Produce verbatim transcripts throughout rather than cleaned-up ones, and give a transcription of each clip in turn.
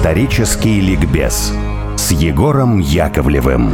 Исторический ликбез с Егором Яковлевым.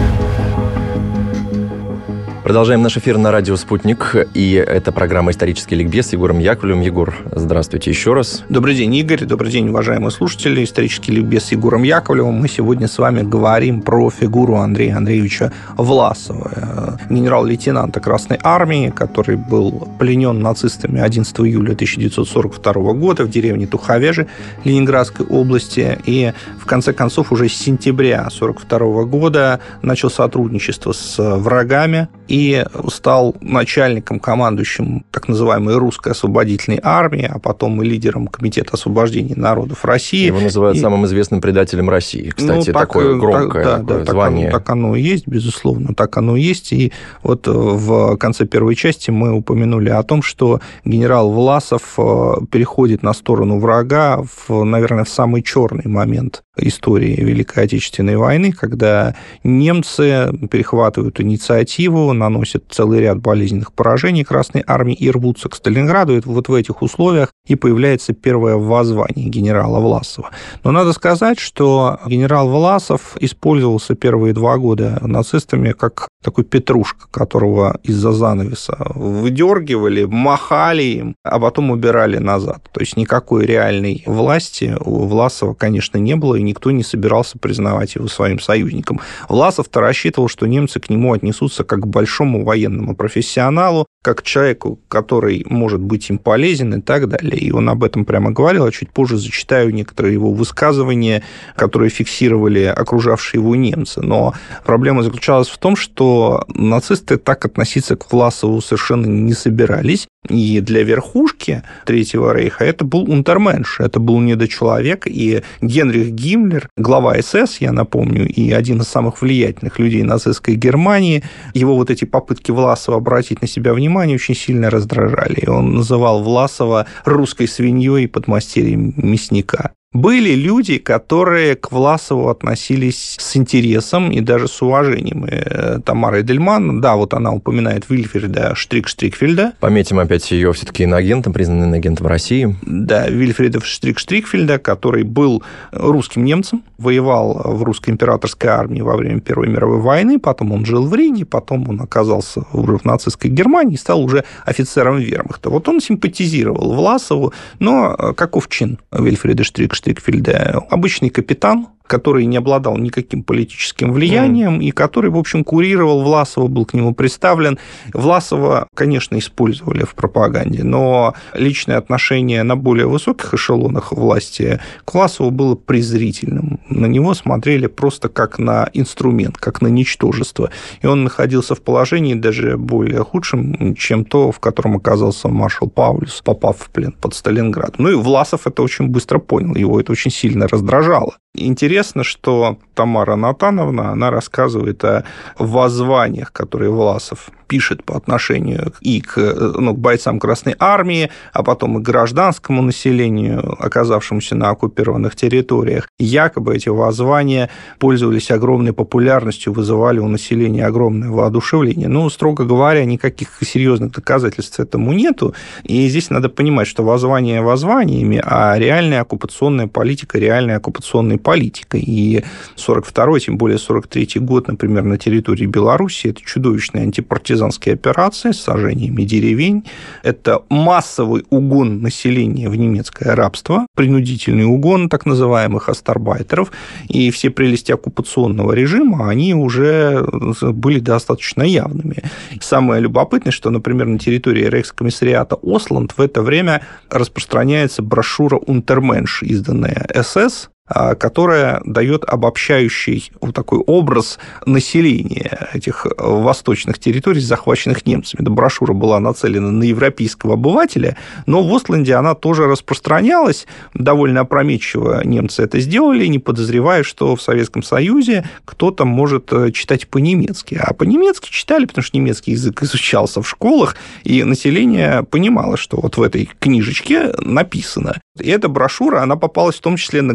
Продолжаем наш эфир на радио «Спутник», и это программа «Исторический ликбез» с Егором Яковлевым. Егор, здравствуйте еще раз. Добрый день, Игорь. Добрый день, уважаемые слушатели. «Исторический ликбез» с Егором Яковлевым. Мы сегодня с вами говорим про фигуру Андрея Андреевича Власова, генерал-лейтенанта Красной Армии, который был пленен нацистами одиннадцатого июля тысяча девятьсот сорок второго года в деревне Туховежи Ленинградской области, и в конце концов уже с сентября сорок второго года начал сотрудничество с врагами и стал начальником, командующим так называемой русской освободительной армии, а потом и лидером Комитета освобождения народов России. Его называют и... самым известным предателем России. Кстати, ну, так, такое громкое да, такое да, звание. Так оно, так оно и есть, безусловно, так оно и есть. И вот в конце первой части мы упомянули о том, что генерал Власов переходит на сторону врага, в, наверное, в самый черный момент истории Великой Отечественной войны, когда немцы перехватывают инициативу, наносят целый ряд болезненных поражений Красной Армии и рвутся к Сталинграду. И вот в этих условиях и появляется первое воззвание генерала Власова. Но надо сказать, что генерал Власов использовался первые два года нацистами как такой петрушка, которого из-за занавеса выдергивали, махали им, а потом убирали назад. То есть никакой реальной власти у Власова, конечно, не было, и никто не собирался признавать его своим союзником. Власов-то рассчитывал, что немцы к нему отнесутся как к большому военному профессионалу, как к человеку, который может быть им полезен и так далее. И он об этом прямо говорил, а чуть позже зачитаю некоторые его высказывания, которые фиксировали окружавшие его немцы. Но проблема заключалась в том, что нацисты так относиться к Власову совершенно не собирались. И для верхушки Третьего рейха это был унтерменш, это был недочеловек. И Генрих Гиммлер, глава эс эс, я напомню, и один из самых влиятельных людей нацистской Германии, его вот эти попытки Власова обратить на себя внимание очень сильно раздражали. И он называл Власова русской свиньей и подмастерьем мясника. Были люди, которые к Власову относились с интересом и даже с уважением. И Тамара Эдельман, да, вот она упоминает Вильфрида Штрик-Штрикфельда. Пометим опять ее все-таки иноагентом, признанным иноагентом России. Да, Вильфрида Штрик-Штрикфельда, который был русским немцем, воевал в русской императорской армии во время Первой мировой войны, потом он жил в Риге, потом он оказался уже в нацистской Германии и стал уже офицером вермахта. Вот он симпатизировал Власову, но каков чин Вильфрида Штрик-Штрикфельда? Штрикфельда, обычный капитан, который не обладал никаким политическим влиянием mm. и который, в общем, курировал Власова, был к нему представлен. Власова, конечно, использовали в пропаганде, но личное отношение на более высоких эшелонах власти к Власову было презрительным. На него смотрели просто как на инструмент, как на ничтожество. И он находился в положении даже более худшем, чем то, в котором оказался маршал Паулюс, попав в плен под Сталинград. Ну и Власов это очень быстро понял, его это очень сильно раздражало. Интересно, что Тамара Натановна, она рассказывает о воззваниях, которые Власов пишет по отношению и к, ну, к бойцам Красной Армии, а потом и к гражданскому населению, оказавшемуся на оккупированных территориях. Якобы эти воззвания пользовались огромной популярностью, вызывали у населения огромное воодушевление. Но, строго говоря, никаких серьезных доказательств этому нету. И здесь надо понимать, что воззвания воззваниями, а реальная оккупационная политика, реальная оккупационная политика. И сорок второй, тем более сорок третий год, например, на территории Беларуси, это чудовищные антипартизанские операции с сожжениями деревень, это массовый угон населения в немецкое рабство, принудительный угон так называемых астарбайтеров, и все прелести оккупационного режима, они уже были достаточно явными. Самое любопытное, что, например, на территории рейхскомиссариата Осланд в это время распространяется брошюра «Унтерменш», изданная эс эс, которая дает обобщающий вот такой образ населения этих восточных территорий, захваченных немцами. Эта брошюра была нацелена на европейского обывателя, но в Остланде она тоже распространялась. Довольно опрометчиво немцы это сделали, не подозревая, что в Советском Союзе кто-то может читать по-немецки. А по-немецки читали, потому что немецкий язык изучался в школах, и население понимало, что вот в этой книжечке написано. И эта брошюра, она попалась в том числе на глаза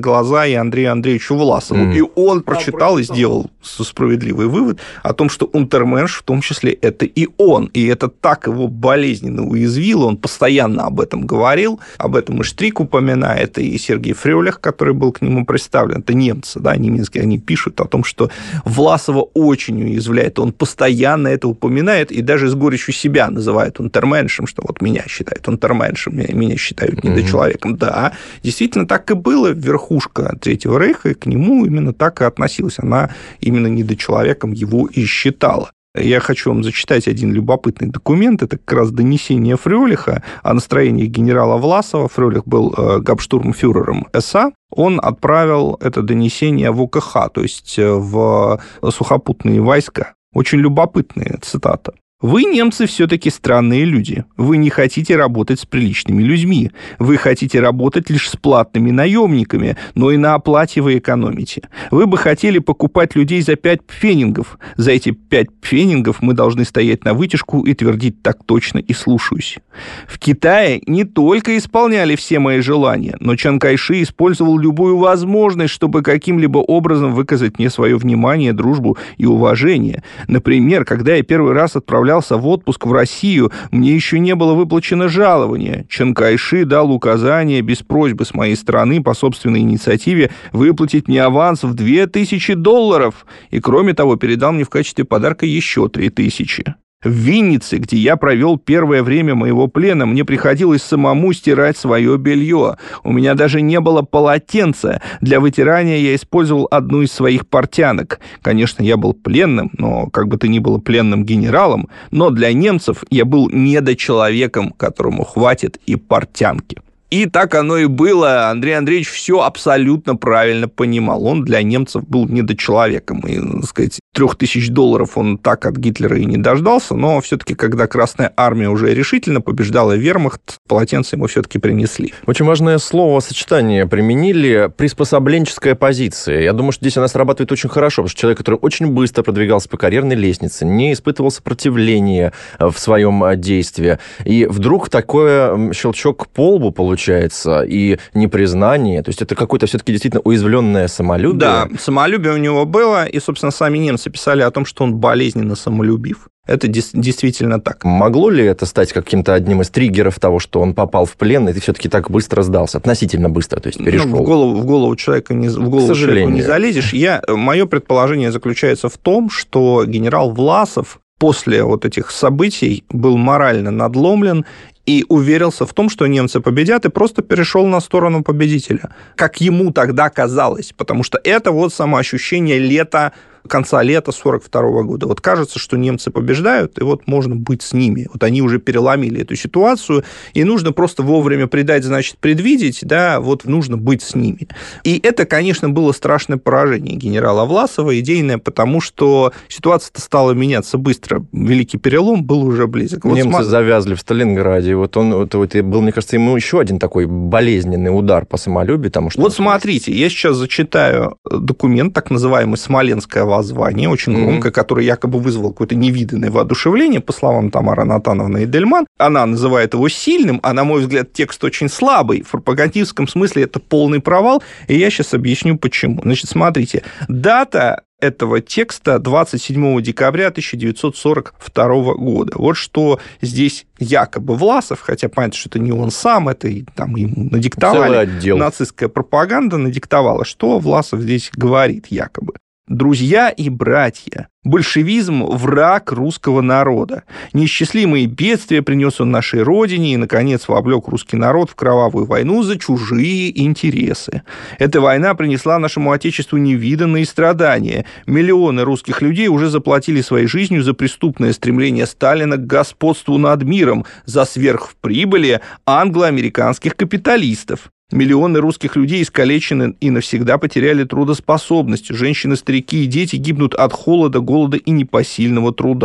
да, и Андрею Андреевичу Власову. Mm. И он прочитал и сделал справедливый вывод о том, что унтерменш в том числе это и он. И это так его болезненно уязвило, он постоянно об этом говорил, об этом и Штрик упоминает, и Сергей Фрёлих, который был к нему представлен, это немцы, да, немецкие, они пишут о том, что Власова очень уязвляет, он постоянно это упоминает, и даже с горечью себя называет унтерменшем, что вот меня считают унтерменшем, меня считают недочеловеком. Mm-hmm. Да, действительно так и было, верхушка Третьего Рейха, и к нему именно так и относилась, она именно недочеловеком его и считала. Я хочу вам зачитать один любопытный документ. Это как раз донесение Фрёлиха о настроении генерала Власова. Фрёлих был гауптштурмфюрером эс а. Он отправил это донесение в о ка ха, то есть в сухопутные войска. Очень любопытная цитата. «Вы, немцы, все-таки странные люди. Вы не хотите работать с приличными людьми. Вы хотите работать лишь с платными наемниками, но и на оплате вы экономите. Вы бы хотели покупать людей за пять пфенингов. За эти пять пфенингов мы должны стоять на вытяжку и твердить так точно и слушаюсь. В Китае не только исполняли все мои желания, но Чан Кайши использовал любую возможность, чтобы каким-либо образом выказать мне свое внимание, дружбу и уважение. Например, когда я первый раз отправлял в отпуск в Россию, мне еще не было выплачено жалование. Чан Кайши дал указание без просьбы с моей стороны по собственной инициативе выплатить мне аванс в две тысячи долларов. И, кроме того, передал мне в качестве подарка еще три тысячи. В Виннице, где я провел первое время моего плена, мне приходилось самому стирать свое белье. У меня даже не было полотенца. Для вытирания я использовал одну из своих портянок. Конечно, я был пленным, но как бы то ни было пленным генералом, но для немцев я был недочеловеком, которому хватит и портянки». И так оно и было. Андрей Андреевич все абсолютно правильно понимал. Он для немцев был недочеловеком. И, так сказать, трех тысяч долларов он так от Гитлера и не дождался. Но все-таки, когда Красная Армия уже решительно побеждала вермахт, полотенце ему все-таки принесли. Очень важное словосочетание применили. Приспособленческая позиция. Я думаю, что здесь она срабатывает очень хорошо. Потому что человек, который очень быстро продвигался по карьерной лестнице, не испытывал сопротивления в своем действии. И вдруг такой щелчок по лбу получается. Получается, и непризнание. То есть это какое-то все-таки действительно уязвленное самолюбие. Да, самолюбие у него было, и, собственно, сами немцы писали о том, что он болезненно самолюбив. Это действительно так. Могло ли это стать каким-то одним из триггеров того, что он попал в плен, и ты все-таки так быстро сдался? Относительно быстро, то есть перешел. Ну, в голову, в голову человека не, в голову человека не залезешь. Я, мое предположение заключается в том, что генерал Власов после вот этих событий был морально надломлен и уверился в том, что немцы победят, и просто перешел на сторону победителя, как ему тогда казалось, потому что это вот самоощущение лета, конца лета сорок второго года. Вот кажется, что немцы побеждают, и вот можно быть с ними. Вот они уже переломили эту ситуацию, и нужно просто вовремя предать, значит, предвидеть, да, вот нужно быть с ними. И это, конечно, было страшное поражение генерала Власова, идейное, потому что ситуация-то стала меняться быстро. Великий перелом был уже близок. Вот немцы смотри... завязли в Сталинграде, вот он, вот, вот, был, мне кажется, ему еще один такой болезненный удар по самолюбию, потому что... Вот смотрите, я сейчас зачитаю документ, так называемый «Смоленское воззвание», очень громкое, mm-hmm. которое якобы вызвало какое-то невиданное воодушевление, по словам Тамары Натановны Эдельман. Она называет его сильным, а, на мой взгляд, текст очень слабый. В пропагандистском смысле это полный провал, и я сейчас объясню, почему. Значит, смотрите, дата этого текста двадцать седьмого декабря тысяча девятьсот сорок второго года. Вот что здесь якобы Власов, хотя понятно, что это не он сам, это и, там, ему надиктовали, нацистская пропаганда надиктовала, что Власов здесь говорит якобы. «Друзья и братья, большевизм – враг русского народа. Неисчислимые бедствия принес он нашей родине и, наконец, вовлек русский народ в кровавую войну за чужие интересы. Эта война принесла нашему Отечеству невиданные страдания. Миллионы русских людей уже заплатили своей жизнью за преступное стремление Сталина к господству над миром, за сверхприбыли англо-американских капиталистов. Миллионы русских людей искалечены и навсегда потеряли трудоспособность. Женщины, старики и дети гибнут от холода, голода и непосильного труда.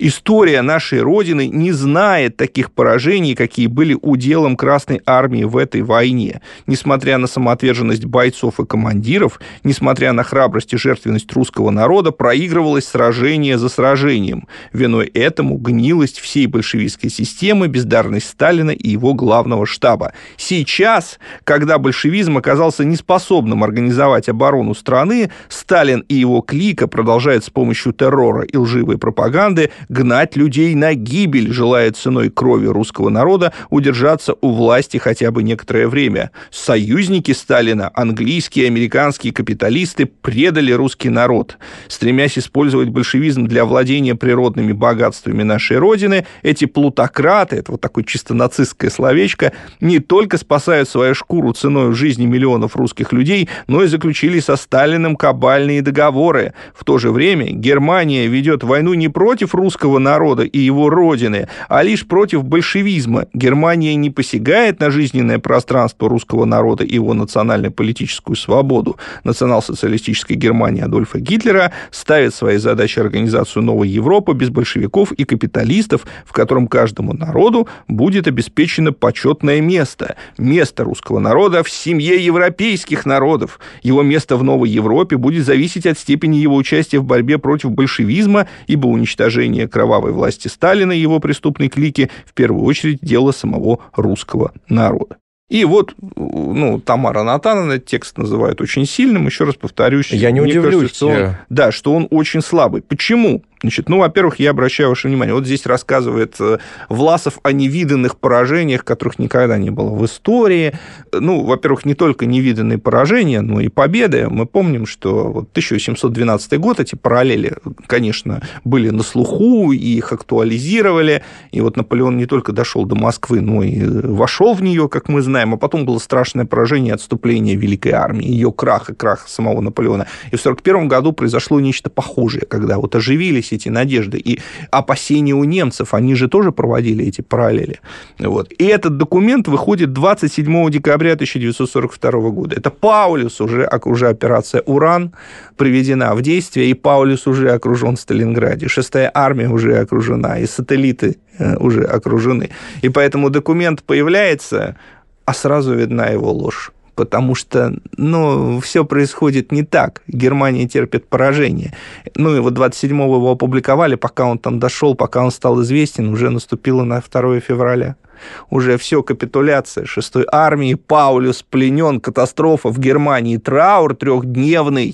История нашей Родины не знает таких поражений, какие были уделом Красной Армии в этой войне. Несмотря на самоотверженность бойцов и командиров, несмотря на храбрость и жертвенность русского народа, проигрывалось сражение за сражением. Виной этому гнилость всей большевистской системы, бездарность Сталина и его главного штаба. Сейчас, когда большевизм оказался неспособным организовать оборону страны, Сталин и его клика продолжают с помощью террора и лживой пропаганды гнать людей на гибель, желая ценой крови русского народа удержаться у власти хотя бы некоторое время. Союзники Сталина, английские и американские капиталисты, предали русский народ. Стремясь использовать большевизм для владения природными богатствами нашей Родины, эти плутократы, это вот такое чисто нацистское словечко, не только спасают свою шкуру ценой жизни миллионов русских людей, но и заключили со Сталиным кабальные договоры. В то же время Германия ведет войну не против русского народа и его родины, а лишь против большевизма. Германия не посягает на жизненное пространство русского народа и его национально-политическую свободу. Национал-социалистическая Германия Адольфа Гитлера ставит своей задачей организацию новой Европы без большевиков и капиталистов, в котором каждому народу будет обеспечено почетное место. Место русского народа в семье европейских народов. Его место в новой Европе будет зависеть от степени его участия в борьбе против большевизма, ибо уничтожение кровавой власти Сталина и его преступной клики в первую очередь дело самого русского народа. И вот, ну, Тамара Натановна этот текст называет очень сильным, еще раз повторюсь. Я не удивлюсь. Кажется, что он, да, что он очень слабый. Почему? Значит, ну, во-первых, я обращаю ваше внимание, вот здесь рассказывает Власов о невиданных поражениях, которых никогда не было в истории. Ну, во-первых, не только невиданные поражения, но и победы. Мы помним, что вот тысяча восемьсот двенадцатый год, эти параллели, конечно, были на слуху, и их актуализировали. И вот Наполеон не только дошел до Москвы, но и вошел в нее, как мы знаем, а потом было страшное поражение и отступление Великой армии, ее крах и крах самого Наполеона. И в сорок первом году произошло нечто похожее, когда вот оживились эти надежды и опасения у немцев, они же тоже проводили эти параллели. Вот. И этот документ выходит двадцать седьмого декабря тысяча девятьсот сорок второго года. Это Паулюс, уже, уже операция «Уран» приведена в действие, и Паулюс уже окружен в Сталинграде, шестая армия уже окружена, и сателлиты уже окружены. И поэтому документ появляется, а сразу видна его ложь. Потому что, ну, все происходит не так. Германия терпит поражение. Ну, и вот двадцать седьмого его опубликовали, пока он там дошел, пока он стал известен, уже наступило на второе февраля. Уже все, капитуляция шестой армии, Паулюс пленен, катастрофа в Германии, траур трехдневный,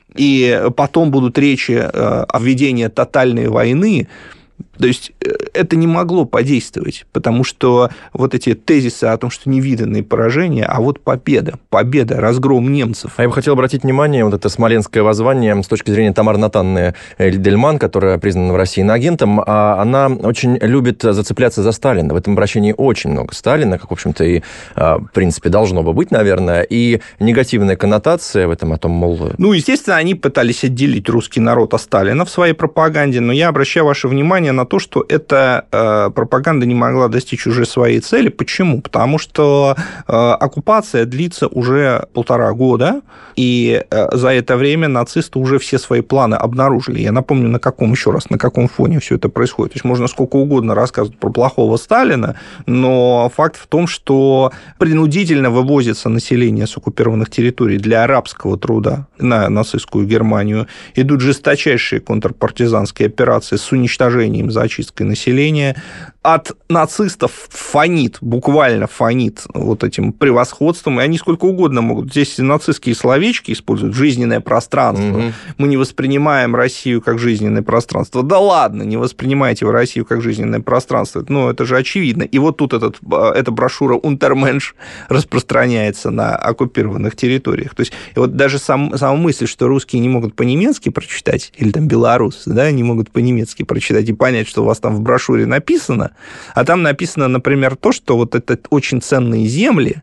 и потом будут речи о введении тотальной войны. То есть это не могло подействовать, потому что вот эти тезисы о том, что невиданные поражения, а вот победа, победа, разгром немцев. А я бы хотел обратить внимание, вот это смоленское воззвание с точки зрения Тамары Натановны Дельман, которая признана в России иноагентом, она очень любит зацепляться за Сталина. В этом обращении очень много Сталина, как, в общем-то, и, в принципе, должно бы быть, наверное, и негативная коннотация в этом о том, мол... Ну, естественно, они пытались отделить русский народ от Сталина в своей пропаганде, но я обращаю ваше внимание на то, что эта э, пропаганда не могла достичь уже своей цели. Почему? Потому что э, оккупация длится уже полтора года, и э, за это время нацисты уже все свои планы обнаружили. Я напомню, на каком, еще раз, на каком фоне все это происходит. То есть можно сколько угодно рассказывать про плохого Сталина, но факт в том, что принудительно вывозится население с оккупированных территорий для арабского труда на нацистскую Германию, идут жесточайшие контрпартизанские операции с уничтожением, зачисткой населения. От нацистов фонит, буквально фонит вот этим превосходством, и они сколько угодно могут. Здесь нацистские словечки используют, жизненное пространство. Mm-hmm. Мы не воспринимаем Россию как жизненное пространство. Да ладно, не воспринимайте вы Россию как жизненное пространство. Ну, это же очевидно. И вот тут этот, эта брошюра «Унтерменш» распространяется на оккупированных территориях. То есть, и вот даже сам, сама мысль, что русские не могут по-немецки прочитать, или там белорусы, да, не могут по-немецки прочитать и понять, что у вас там в брошюре написано, а там написано, например, то, что вот это очень ценные земли,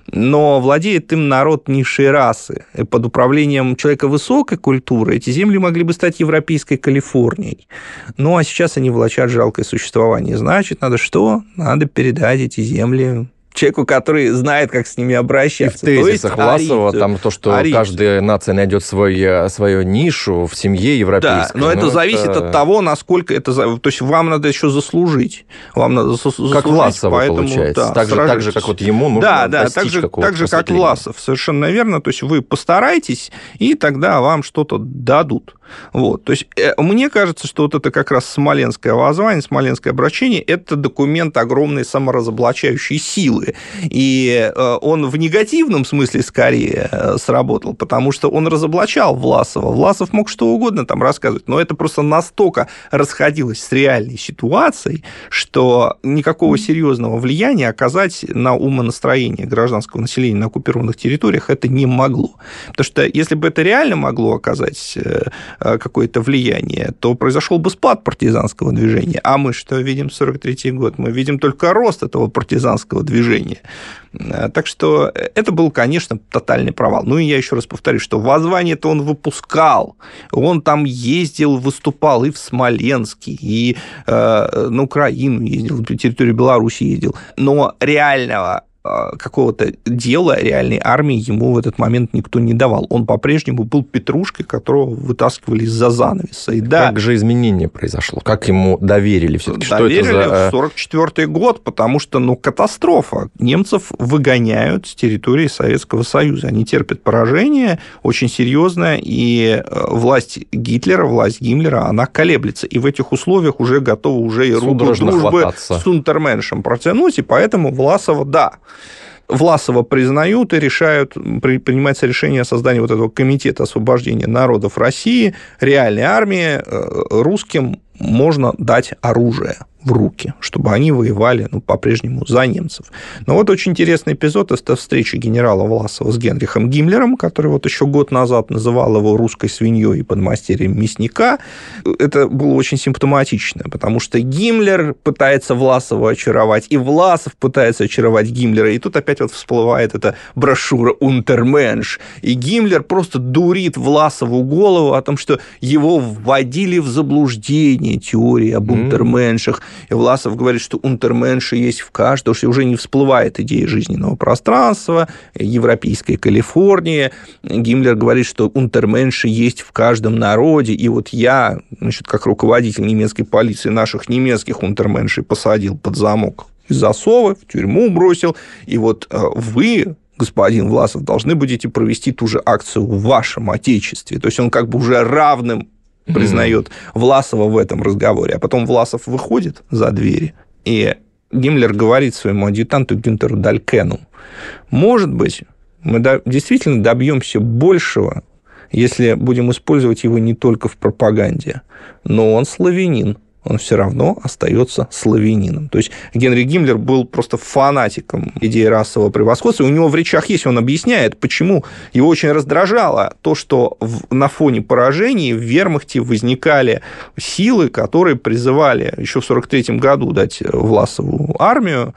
но владеет им народ низшей расы. И под управлением человека высокой культуры эти земли могли бы стать европейской Калифорнией. Ну, а сейчас они влачат жалкое существование. Значит, надо что? Надо передать эти земли человеку, который знает, как с ними обращаться. И в тезисах Власова там то, что арийцию. Каждая нация найдет свой, свою нишу в семье европейской. Да, но, но это зависит это... от того, насколько это... То есть вам надо еще заслужить. Вам надо заслужить. Как Власова, поэтому, получается. Да, так, же, так же, как вот ему нужно да, да, достичь так же, какого-то так же, как Власов, совершенно верно. То есть вы постарайтесь, и тогда вам что-то дадут. Вот. То есть мне кажется, что вот это как раз смоленское воззвание, смоленское обращение, это документ огромной саморазоблачающей силы. И он в негативном смысле скорее сработал, потому что он разоблачал Власова. Власов мог что угодно там рассказывать, но это просто настолько расходилось с реальной ситуацией, что никакого серьезного влияния оказать на умонастроение гражданского населения на оккупированных территориях это не могло. Потому что если бы это реально могло оказать какое-то влияние, то произошел бы спад партизанского движения. А мы что видим в сорок третий год? Мы видим только рост этого партизанского движения. Так что это был, конечно, тотальный провал. Ну и я еще раз повторю, что воззвание-то он выпускал. Он там ездил, выступал и в Смоленске, и э, на Украину ездил, на территорию Беларуси ездил. Но реального какого-то дела реальной армии ему в этот момент никто не давал. Он по-прежнему был петрушкой, которого вытаскивали из-за занавеса. И да, как же изменение произошло? Как ему доверили все-таки? Доверили что это за... в сорок четвёртый год, потому что, ну, катастрофа. Немцев выгоняют с территории Советского Союза. Они терпят поражение очень серьезное, и власть Гитлера, власть Гиммлера, она колеблется. И в этих условиях уже готова уже и руку дружбы хвататься с унтерменшем протянуть, и поэтому Власова, да, Власова признают и решают, принимается решение о создании вот этого комитета освобождения народов России, реальной армии, русским можно дать оружие в руки, чтобы они воевали, ну, по-прежнему за немцев. Но вот очень интересный эпизод – это встреча генерала Власова с Генрихом Гиммлером, который вот еще год назад называл его русской свиньей и подмастерьем мясника. Это было очень симптоматично, потому что Гиммлер пытается Власова очаровать, и Власов пытается очаровать Гиммлера, и тут опять вот всплывает эта брошюра «Унтерменш», и Гиммлер просто дурит Власову голову о том, что его вводили в заблуждение теории об mm. унтерменшах. И Власов говорит, что унтерменши есть в каждом, что уже не всплывает идея жизненного пространства, европейская Калифорния. Гиммлер говорит, что унтерменши есть в каждом народе, и вот я, значит, как руководитель немецкой полиции наших немецких унтерменшей посадил под замок из засовы, в тюрьму бросил, и вот вы, господин Власов, должны будете провести ту же акцию в вашем отечестве. То есть он как бы уже равным признает mm-hmm. Власова в этом разговоре. А потом Власов выходит за двери, и Гиммлер говорит своему адъютанту Гюнтеру Далькену: может быть, мы действительно добьемся большего, если будем использовать его не только в пропаганде, но он славянин. Он все равно остается славянином. То есть Генрих Гиммлер был просто фанатиком идеи расового превосходства. У него в речах есть, он объясняет, почему его очень раздражало то, что на фоне поражений в вермахте возникали силы, которые призывали еще в сорок третьем году дать Власову армию,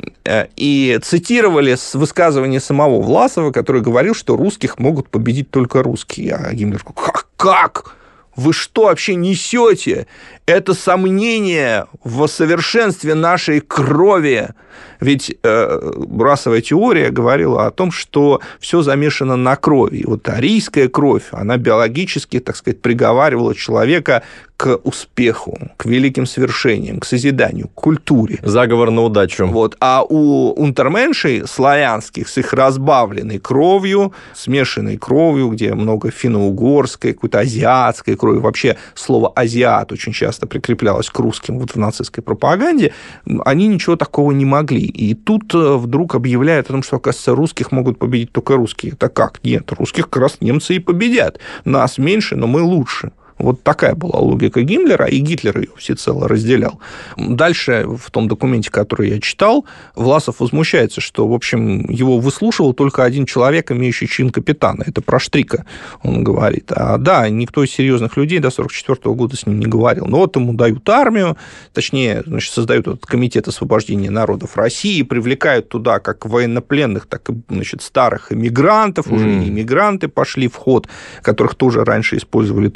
и цитировали высказывание самого Власова, который говорил, что русских могут победить только русские. А Гиммлер говорит: как? Как? Вы что вообще несете? Это сомнение в совершенстве нашей крови. Ведь э, расовая теория говорила о том, что все замешано на крови. И вот арийская кровь, она биологически, так сказать, приговаривала человека к успеху, к великим свершениям, к созиданию, к культуре. Заговор на удачу. Вот. А у унтерменшей славянских с их разбавленной кровью, смешанной кровью, где много финно-угорской, какой-то азиатской крови, вообще слово «азиат» очень часто прикреплялось к русским вот в нацистской пропаганде, они ничего такого не могли. И тут вдруг объявляют о том, что, оказывается, русских могут победить только русские. Это как? Нет, русских как раз немцы и победят. Нас меньше, но мы лучше. Вот такая была логика Гиммлера, и Гитлер ее всецело разделял. Дальше, в том документе, который я читал, Власов возмущается, что, в общем, его выслушивал только один человек, имеющий чин капитана. Это про Штрика, он говорит. А да, никто из серьезных людей до сорок четвёртого года с ним не говорил. Но вот ему дают армию, точнее, значит, создают этот комитет освобождения народов России, привлекают туда как военнопленных, так и, значит, старых эмигрантов, уже mm. и эмигранты пошли в ход, которых тоже раньше использовали только в пропаганде.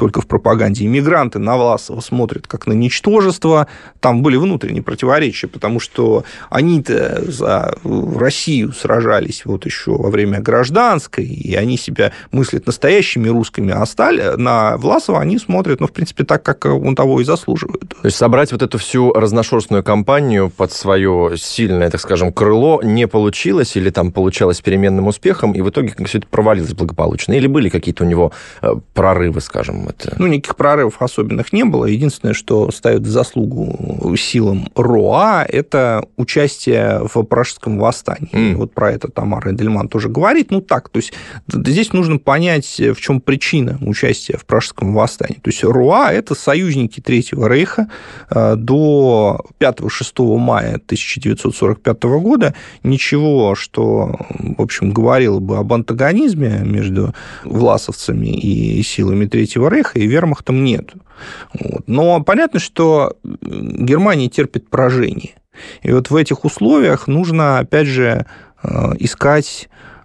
пропаганде. Иммигранты на Власова смотрят как на ничтожество. Там были внутренние противоречия, потому что они-то за Россию сражались вот еще во время гражданской, и они себя мыслят настоящими русскими, а стали, на Власова они смотрят, ну, в принципе, так, как он того и заслуживает. То есть собрать вот эту всю разношерстную кампанию под свое сильное, так скажем, крыло не получилось, или там получалось с переменным успехом, и в итоге все это провалилось благополучно? Или были какие-то у него прорывы, скажем? Это... Ну, никаких прорывов особенных не было. Единственное, что ставит в заслугу силам РОА, это участие в Пражском восстании. Mm. Вот про это Тамара Эдельман тоже говорит. Ну, так, то есть здесь нужно понять, в чем причина участия в Пражском восстании. То есть РОА – это союзники Третьего рейха. До пятого-шестого мая тысяча девятьсот сорок пятого года ничего, что, в общем, говорило бы об антагонизме между власовцами и силами Третьего рейха и вермахтом, нет. Вот. Но понятно, что Германия терпит поражение. И вот в этих условиях нужно, опять же, искать,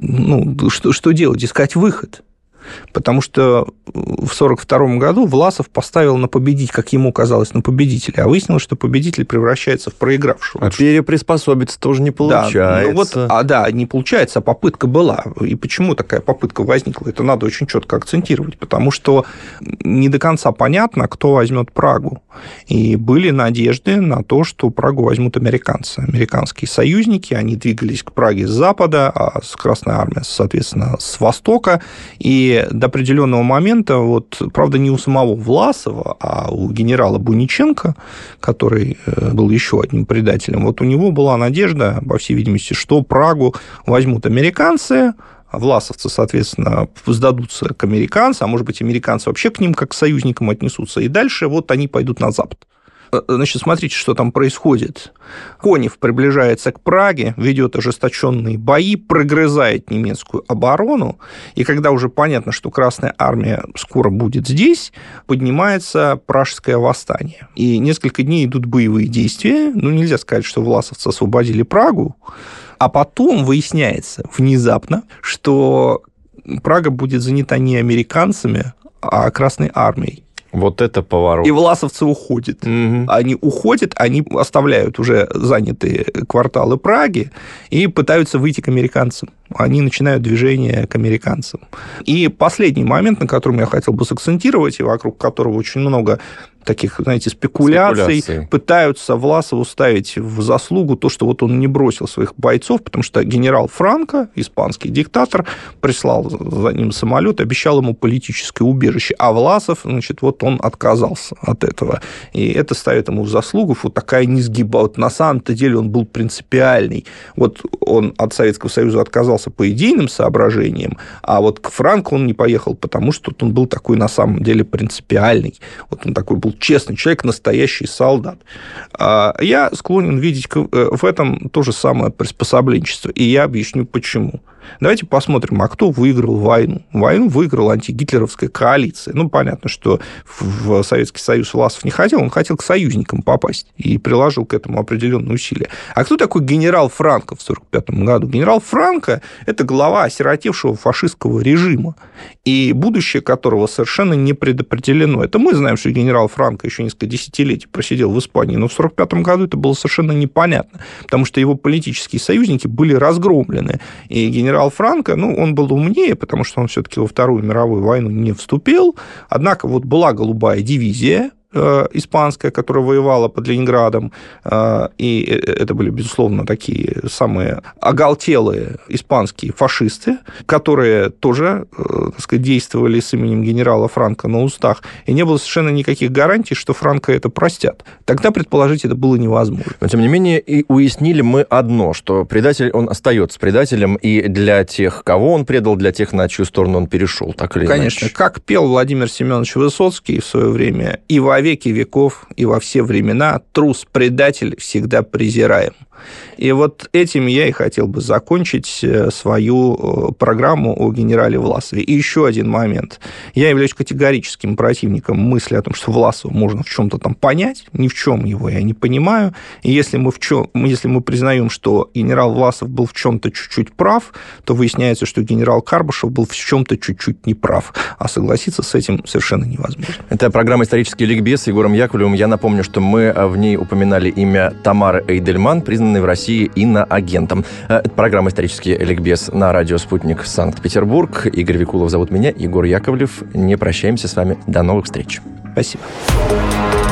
ну, что, что делать? Искать выход. Потому что в сорок втором году Власов поставил на победить, как ему казалось, на победителя, а выяснилось, что победитель превращается в проигравшего. А переприспособиться тоже не получается. Да, ну вот, а, да, не получается, а попытка была. И почему такая попытка возникла? Это надо очень четко акцентировать, потому что не до конца понятно, кто возьмет Прагу. И были надежды на то, что Прагу возьмут американцы. Американские союзники, они двигались к Праге с запада, а с Красной армией, соответственно, с востока. И до определенного момента, вот, правда, не у самого Власова, а у генерала Буниченко, который был еще одним предателем, вот у него была надежда, по всей видимости, что Прагу возьмут американцы, власовцы, соответственно, сдадутся к американцам, а может быть, американцы вообще к ним как к союзникам отнесутся, и дальше вот они пойдут на запад. Значит, смотрите, что там происходит. Конев приближается к Праге, ведет ожесточенные бои, прогрызает немецкую оборону, и когда уже понятно, что Красная армия скоро будет здесь, поднимается Пражское восстание. И несколько дней идут боевые действия. Ну, нельзя сказать, что власовцы освободили Прагу, а потом выясняется внезапно, что Прага будет занята не американцами, а Красной армией. Вот это поворот. И власовцы уходят. Угу. Они уходят, они оставляют уже занятые кварталы Праги и пытаются выйти к американцам. Они начинают движение к американцам. И последний момент, на котором я хотел бы сакцентировать, и вокруг которого очень много таких, знаете, спекуляций, спекуляции. Пытаются Власову ставить в заслугу то, что вот он не бросил своих бойцов, потому что генерал Франко, испанский диктатор, прислал за ним самолет, обещал ему политическое убежище, а Власов, значит, вот он отказался от этого. И это ставит ему в заслугу вот такая несгиба. Вот на самом-то деле он был принципиальный. Вот он от Советского Союза отказался по идейным соображениям, а вот к Франко он не поехал, потому что он был такой на самом деле принципиальный. Вот он такой был честный человек, настоящий солдат. Я склонен видеть в этом то же самое приспособленчество, и я объясню, почему. Давайте посмотрим, а кто выиграл войну. Войну выиграла антигитлеровская коалиция. Ну, понятно, что в Советский Союз Власов не хотел, он хотел к союзникам попасть и приложил к этому определенные усилия. А кто такой генерал Франко в сорок пятом году? Генерал Франко – это глава осиротевшего фашистского режима, и будущее которого совершенно не предопределено. Это мы знаем, что генерал Франко еще несколько десятилетий просидел в Испании, но в сорок пятом году это было совершенно непонятно, потому что его политические союзники были разгромлены, и генерал Франко, ну, он был умнее, потому что он все-таки во Вторую мировую войну не вступил, однако вот была голубая дивизия испанская, которая воевала под Ленинградом, и это были, безусловно, такие самые оголтелые испанские фашисты, которые тоже, так сказать, действовали с именем генерала Франко на устах, и не было совершенно никаких гарантий, что Франко это простят. Тогда предположить это было невозможно. Но, тем не менее, и уяснили мы одно, что предатель, он остается предателем и для тех, кого он предал, для тех, на чью сторону он перешел, так или иначе. Конечно. Как пел Владимир Семенович Высоцкий в свое время: «И вовек веки веков и во все времена трус-предатель всегда презираем. И вот этим я и хотел бы закончить свою программу о генерале Власове. И еще один момент. Я являюсь категорическим противником мысли о том, что Власова можно в чем-то там понять. Ни в чем его я не понимаю. И если мы, в чем, если мы признаем, что генерал Власов был в чем-то чуть-чуть прав, то выясняется, что генерал Карбышев был в чем-то чуть-чуть неправ. А согласиться с этим совершенно невозможно. Это программа «Исторический ликбез» с Егором Яковлевым. Я напомню, что мы в ней упоминали имя Тамары Эйдельман, признанной в России иноагентом. Это программа «Исторический ликбез» на радио «Спутник» Санкт-Петербург. Игорь Викулов зовут меня, Егор Яковлев. Не прощаемся с вами. До новых встреч. Спасибо.